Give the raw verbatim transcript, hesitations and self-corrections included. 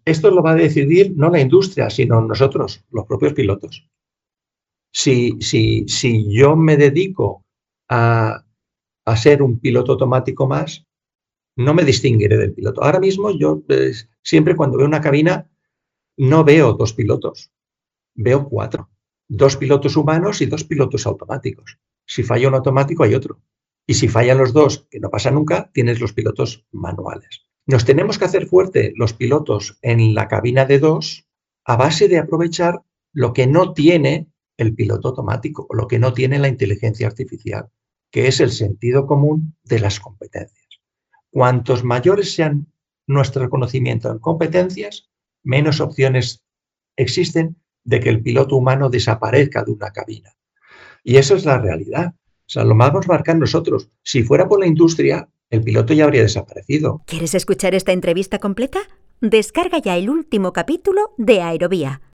Esto lo va a decidir no la industria, sino nosotros, los propios pilotos. Si, si, si yo me dedico a, a ser un piloto automático más, no me distinguiré del piloto. Ahora mismo yo eh, siempre cuando veo una cabina no veo dos pilotos, veo cuatro. Dos pilotos humanos y dos pilotos automáticos. Si falla un automático hay otro. Y si fallan los dos, que no pasa nunca, tienes los pilotos manuales. Nos tenemos que hacer fuerte los pilotos en la cabina de dos a base de aprovechar lo que no tiene el piloto automático o lo que no tiene la inteligencia artificial, que es el sentido común de las competencias. Cuantos mayores sean nuestro conocimiento en competencias, menos opciones existen de que el piloto humano desaparezca de una cabina. Y eso es la realidad. O sea, lo vamos a marcar nosotros. Si fuera por la industria, el piloto ya habría desaparecido. ¿Quieres escuchar esta entrevista completa? Descarga ya el último capítulo de Aerovía.